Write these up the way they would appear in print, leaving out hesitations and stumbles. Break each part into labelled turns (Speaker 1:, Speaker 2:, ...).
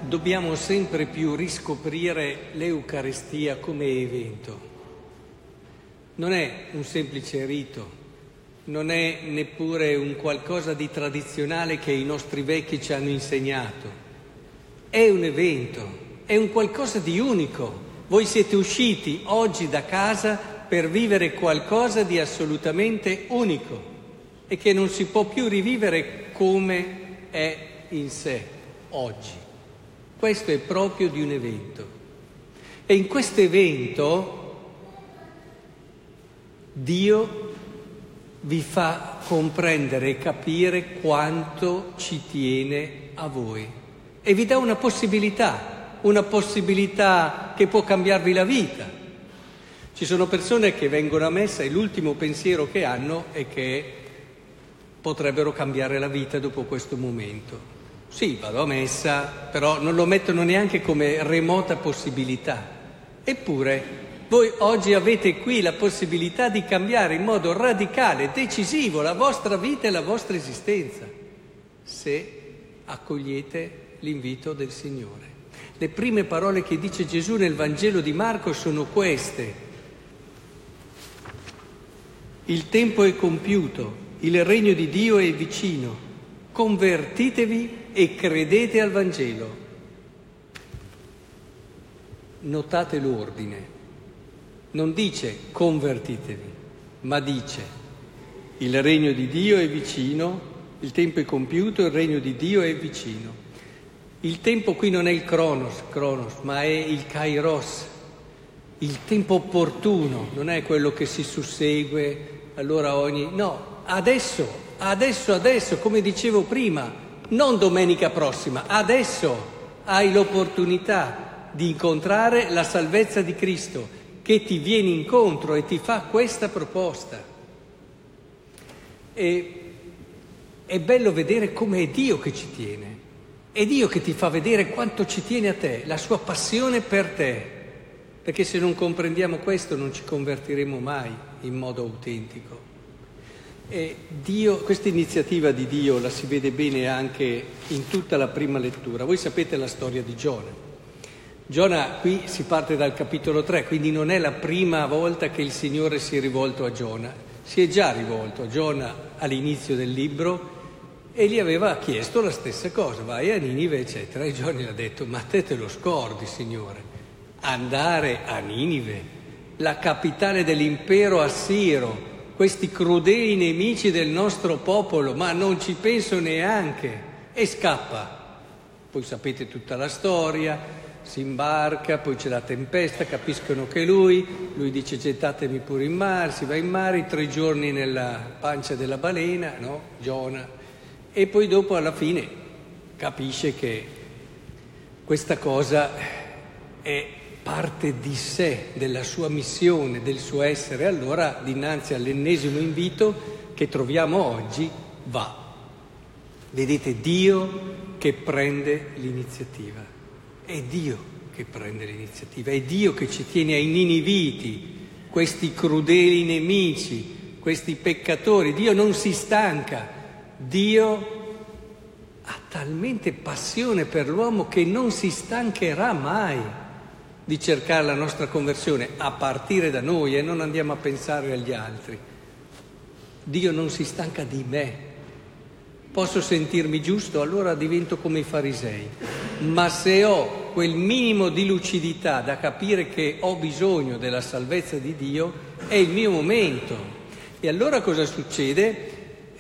Speaker 1: dobbiamo sempre più riscoprire l'Eucaristia come evento. Non è un semplice rito, non è neppure un qualcosa di tradizionale che i nostri vecchi ci hanno insegnato. È un evento, è un qualcosa di unico. Voi siete usciti oggi da casa per vivere qualcosa di assolutamente unico e che non si può più rivivere come è in sé oggi. Questo è proprio di un evento. E in questo evento Dio vi fa comprendere e capire quanto ci tiene a voi e vi dà una possibilità che può cambiarvi la vita. Ci sono persone che vengono a messa e l'ultimo pensiero che hanno è che potrebbero cambiare la vita dopo questo momento. Sì, vado a messa, però non lo mettono neanche come remota possibilità. Eppure voi oggi avete qui la possibilità di cambiare in modo radicale, decisivo, la vostra vita e la vostra esistenza, se accogliete l'invito del Signore. Le prime parole che dice Gesù nel Vangelo di Marco sono queste: il tempo è compiuto, il regno di Dio è vicino, convertitevi e credete al Vangelo. Notate l'ordine, non dice convertitevi, ma dice il regno di Dio è vicino, il tempo è compiuto, il regno di Dio è vicino. Il tempo qui non è il cronos, ma è il kairos, il tempo opportuno, non è quello che si sussegue, allora no, adesso, come dicevo prima, non domenica prossima, adesso hai l'opportunità di incontrare la salvezza di Cristo che ti viene incontro e ti fa questa proposta. E è bello vedere come è Dio che ci tiene, è Dio che ti fa vedere quanto ci tiene a te, la sua passione per te, perché se non comprendiamo questo non ci convertiremo mai in modo autentico. E Dio, questa iniziativa di Dio la si vede bene anche in tutta la prima lettura. Voi sapete la storia di Giona. Giona, qui si parte dal capitolo 3, quindi non è la prima volta che il Signore si è rivolto a Giona. Si è già rivolto a Giona all'inizio del libro e gli aveva chiesto la stessa cosa: vai a Ninive, eccetera. E Giona gli ha detto: ma te lo scordi, Signore? Andare a Ninive, la capitale dell'impero assiro, questi crudeli nemici del nostro popolo, ma non ci penso neanche, e scappa. Poi sapete tutta la storia, si imbarca, poi c'è la tempesta, capiscono che lui dice gettatemi pure in mare, si va in mare, 3 giorni nella pancia della balena, no? Giona, e poi dopo alla fine capisce che questa cosa è parte di sé, della sua missione, del suo essere. Allora, dinanzi all'ennesimo invito che troviamo oggi, va. Vedete, Dio che prende l'iniziativa. È Dio che prende l'iniziativa, è Dio che ci tiene ai niniviti, questi crudeli nemici, questi peccatori. Dio non si stanca, Dio ha talmente passione per l'uomo che non si stancherà mai di cercare la nostra conversione, a partire da noi, e non andiamo a pensare agli altri. Dio non si stanca di me. Posso sentirmi giusto, allora divento come i farisei. Ma se ho quel minimo di lucidità da capire che ho bisogno della salvezza di Dio, è il mio momento. E allora cosa succede?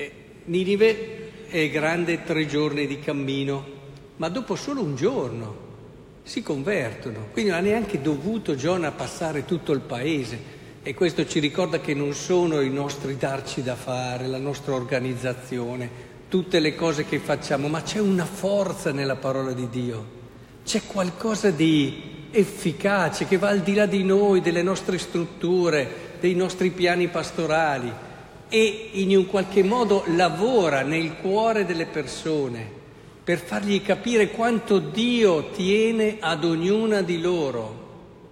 Speaker 1: Ninive è grande 3 giorni di cammino, ma dopo solo un giorno si convertono, quindi non ha neanche dovuto Giona passare tutto il paese. E questo ci ricorda che non sono i nostri darci da fare, la nostra organizzazione, tutte le cose che facciamo, ma c'è una forza nella parola di Dio, c'è qualcosa di efficace che va al di là di noi, delle nostre strutture, dei nostri piani pastorali, e in un qualche modo lavora nel cuore delle persone per fargli capire quanto Dio tiene ad ognuna di loro.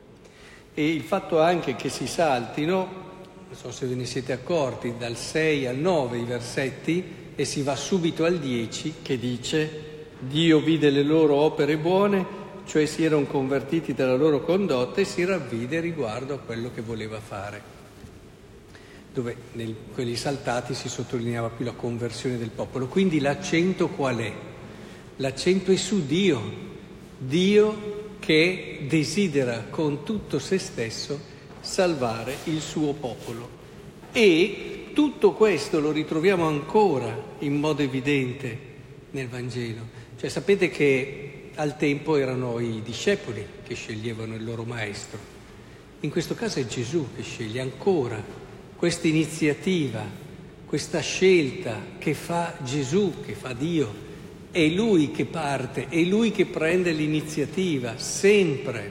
Speaker 1: E il fatto anche che si saltino, non so se ve ne siete accorti, dal 6 al 9 i versetti, e si va subito al 10 che dice: Dio vide le loro opere buone, cioè si erano convertiti dalla loro condotta e si ravvide riguardo a quello che voleva fare. Dove in quelli saltati si sottolineava più la conversione del popolo. Quindi l'accento qual è? L'accento è su Dio, Dio che desidera con tutto se stesso salvare il suo popolo. E tutto questo lo ritroviamo ancora in modo evidente nel Vangelo. Cioè sapete che al tempo erano i discepoli che sceglievano il loro maestro. In questo caso è Gesù che sceglie ancora questa iniziativa, questa scelta che fa Gesù, che fa Dio. È Lui che parte, è Lui che prende l'iniziativa, sempre.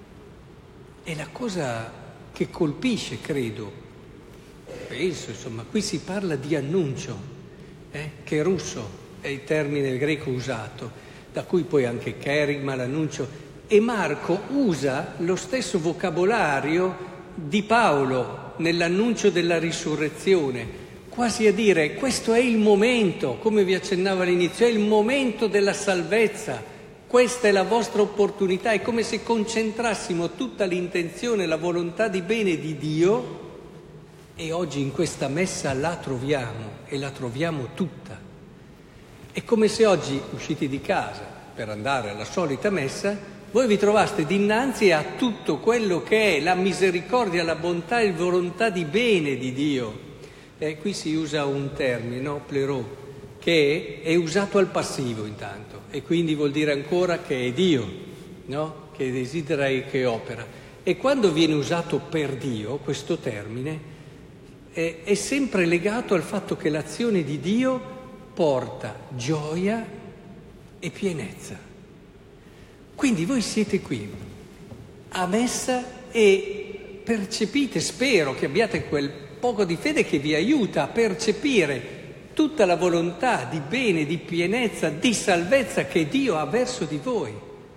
Speaker 1: È la cosa che colpisce, credo. Penso, insomma, qui si parla di annuncio, che è russo, è il termine greco usato, da cui poi anche kerigma, l'annuncio. E Marco usa lo stesso vocabolario di Paolo nell'annuncio della risurrezione, quasi a dire questo è il momento, come vi accennavo all'inizio, è il momento della salvezza, questa è la vostra opportunità, è come se concentrassimo tutta l'intenzione, la volontà di bene di Dio e oggi in questa messa la troviamo e la troviamo tutta. È come se oggi, usciti di casa per andare alla solita messa, voi vi trovaste dinanzi a tutto quello che è la misericordia, la bontà e la volontà di bene di Dio. Qui si usa un termine, no? Plerò, che è usato al passivo intanto, e quindi vuol dire ancora che è Dio, no? Che desidera e che opera. E quando viene usato per Dio, questo termine, è sempre legato al fatto che l'azione di Dio porta gioia e pienezza. Quindi voi siete qui a messa e percepite, spero che abbiate quel poco di fede che vi aiuta a percepire tutta la volontà di bene, di pienezza, di salvezza che Dio ha verso di voi.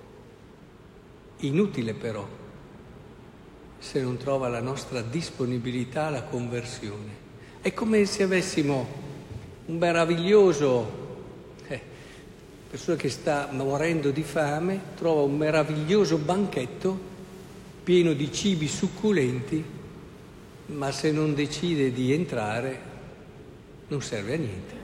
Speaker 1: Inutile però se non trova la nostra disponibilità alla conversione. È come se avessimo un meraviglioso persona che sta morendo di fame, trova un meraviglioso banchetto pieno di cibi succulenti, ma se non decide di entrare non serve a niente.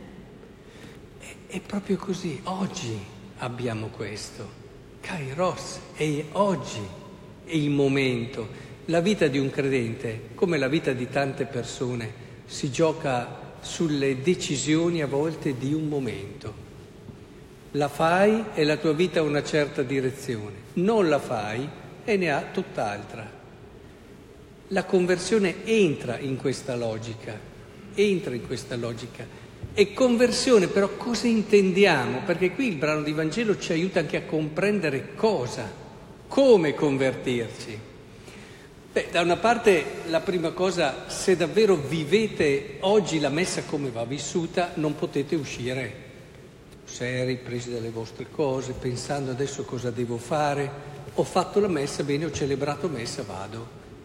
Speaker 1: È proprio così. Oggi abbiamo questo. Kairos, è oggi è il momento. La vita di un credente, come la vita di tante persone, si gioca sulle decisioni a volte di un momento. La fai e la tua vita ha una certa direzione, non la fai e ne ha tutt'altra. La conversione entra in questa logica. E conversione però cosa intendiamo? Perché qui il brano di Vangelo ci aiuta anche a comprendere cosa, come convertirci. Da una parte la prima cosa, se davvero vivete oggi la messa come va vissuta, non potete uscire seri, presi dalle vostre cose, pensando adesso cosa devo fare, ho fatto la messa, bene, ho celebrato messa, vado.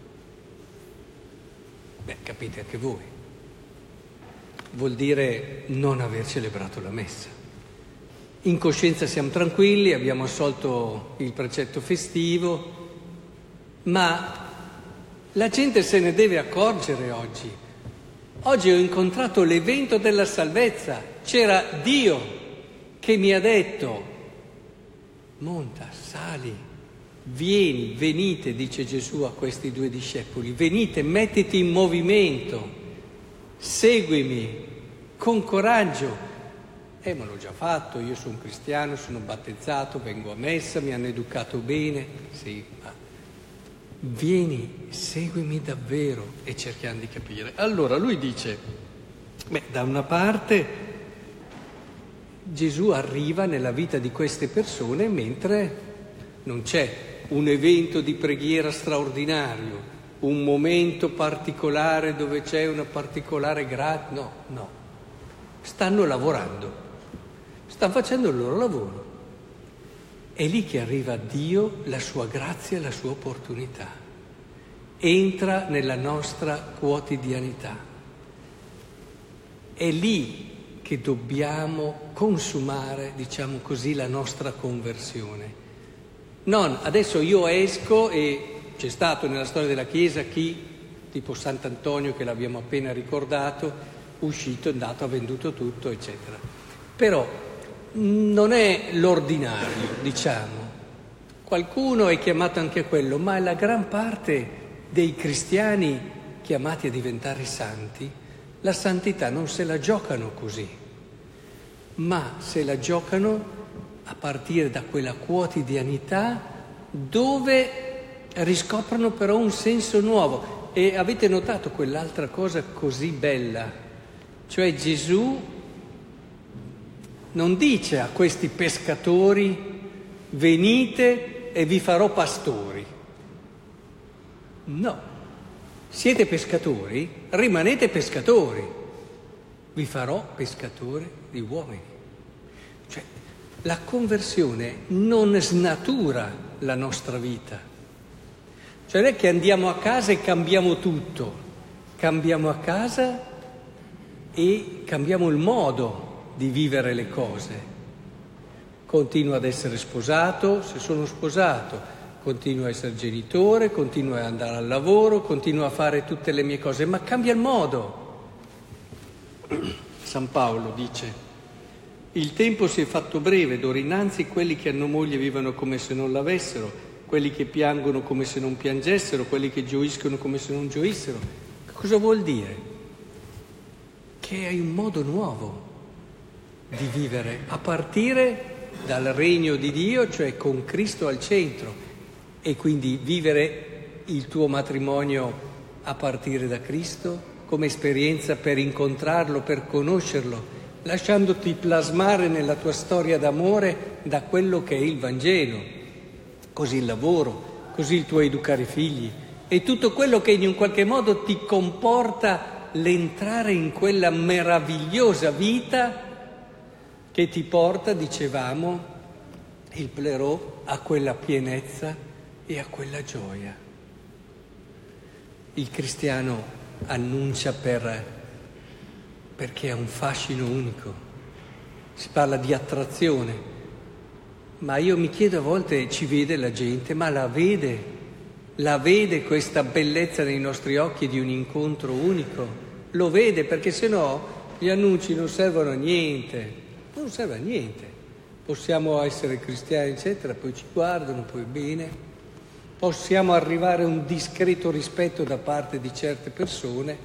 Speaker 1: Capite anche voi. Vuol dire non aver celebrato la messa. In coscienza siamo tranquilli, abbiamo assolto il precetto festivo, ma la gente se ne deve accorgere oggi. Oggi ho incontrato l'evento della salvezza, c'era Dio che mi ha detto, monta, sali, vieni, venite, dice Gesù a questi due discepoli, venite, mettiti in movimento, seguimi con coraggio. Ma l'ho già fatto, io sono cristiano, sono battezzato, vengo a messa, mi hanno educato bene, sì, ma vieni, seguimi davvero, e cerchiamo di capire. Allora lui dice, da una parte Gesù arriva nella vita di queste persone mentre non c'è un evento di preghiera straordinario, un momento particolare dove c'è una particolare grazia, no, stanno lavorando, stanno facendo il loro lavoro. È lì che arriva Dio, la sua grazia e la sua opportunità. Entra nella nostra quotidianità. È lì che dobbiamo consumare, diciamo così, la nostra conversione. Non adesso io esco e c'è stato nella storia della Chiesa chi, tipo Sant'Antonio che l'abbiamo appena ricordato, uscito, è andato, ha venduto tutto, eccetera. Però non è l'ordinario, diciamo. Qualcuno è chiamato anche a quello, ma la gran parte dei cristiani chiamati a diventare santi, la santità non se la giocano così, ma se la giocano a partire da quella quotidianità dove riscoprono però un senso nuovo. E avete notato quell'altra cosa così bella? Cioè Gesù non dice a questi pescatori venite e vi farò pastori. No, siete pescatori, rimanete pescatori, vi farò pescatori di uomini. Cioè, la conversione non snatura la nostra vita. Cioè non è che andiamo a casa e cambiamo tutto, cambiamo a casa e cambiamo il modo di vivere le cose. Continuo ad essere sposato, se sono sposato, continuo a essere genitore, continuo ad andare al lavoro, continuo a fare tutte le mie cose, ma cambia il modo. San Paolo dice: il tempo si è fatto breve, d'ora innanzi quelli che hanno moglie vivono come se non l'avessero, quelli che piangono come se non piangessero, quelli che gioiscono come se non gioissero. Cosa vuol dire? Che hai un modo nuovo di vivere, a partire dal regno di Dio, cioè con Cristo al centro, e quindi vivere il tuo matrimonio a partire da Cristo come esperienza per incontrarlo, per conoscerlo, lasciandoti plasmare nella tua storia d'amore da quello che è il Vangelo, così il lavoro, così il tuo educare i figli e tutto quello che in un qualche modo ti comporta l'entrare in quella meravigliosa vita che ti porta, dicevamo, il plerò a quella pienezza e a quella gioia. Il cristiano annuncia perché ha un fascino unico. Si parla di attrazione, ma io mi chiedo a volte, ci vede la gente, ma la vede questa bellezza nei nostri occhi di un incontro unico? Lo vede, perché se no gli annunci non servono a niente, non serve a niente. Possiamo essere cristiani, eccetera, poi ci guardano, poi bene. Possiamo arrivare a un discreto rispetto da parte di certe persone,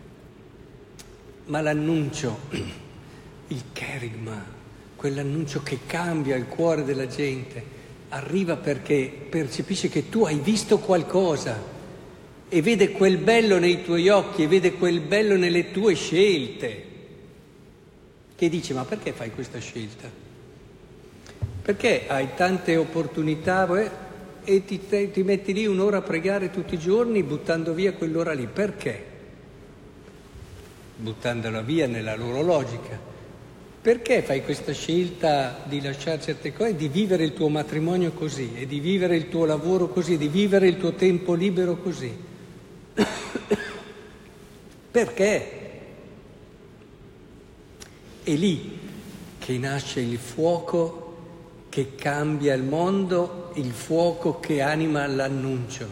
Speaker 1: ma l'annuncio, il kerigma, quell'annuncio che cambia il cuore della gente, arriva perché percepisce che tu hai visto qualcosa e vede quel bello nei tuoi occhi e vede quel bello nelle tue scelte, che dice: ma perché fai questa scelta? Perché hai tante opportunità e ti metti lì un'ora a pregare tutti i giorni buttando via quell'ora lì? Perché? Buttandola via nella loro logica. Perché fai questa scelta di lasciare certe cose, di vivere il tuo matrimonio così, e di vivere il tuo lavoro così, di vivere il tuo tempo libero così? Perché? È lì che nasce il fuoco che cambia il mondo, il fuoco che anima l'annuncio.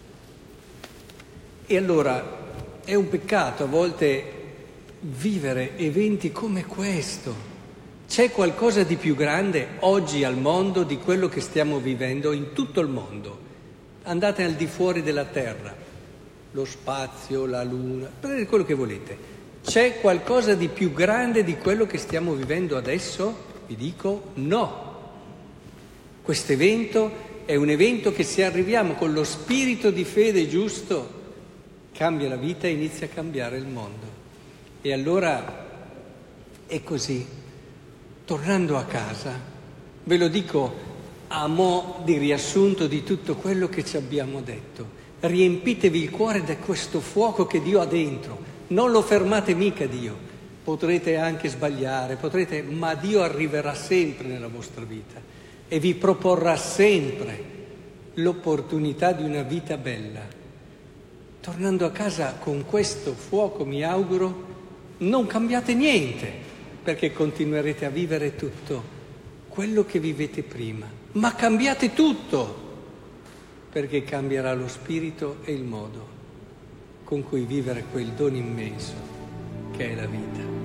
Speaker 1: E allora è un peccato a volte vivere eventi come questo. C'è qualcosa di più grande oggi al mondo di quello che stiamo vivendo in tutto il mondo. Andate al di fuori della Terra, lo spazio, la Luna, prendete quello che volete. C'è qualcosa di più grande di quello che stiamo vivendo adesso? Vi dico no. Questo evento è un evento che, se arriviamo con lo spirito di fede giusto, cambia la vita e inizia a cambiare il mondo. E allora è così. Tornando a casa, ve lo dico a mo' di riassunto di tutto quello che ci abbiamo detto. Riempitevi il cuore da questo fuoco che Dio ha dentro. Non lo fermate mica Dio. Potrete anche sbagliare, ma Dio arriverà sempre nella vostra vita e vi proporrà sempre l'opportunità di una vita bella. Tornando a casa con questo fuoco, mi auguro, non cambiate niente, perché continuerete a vivere tutto quello che vivete prima, ma cambiate tutto, perché cambierà lo spirito e il modo con cui vivere quel dono immenso che è la vita.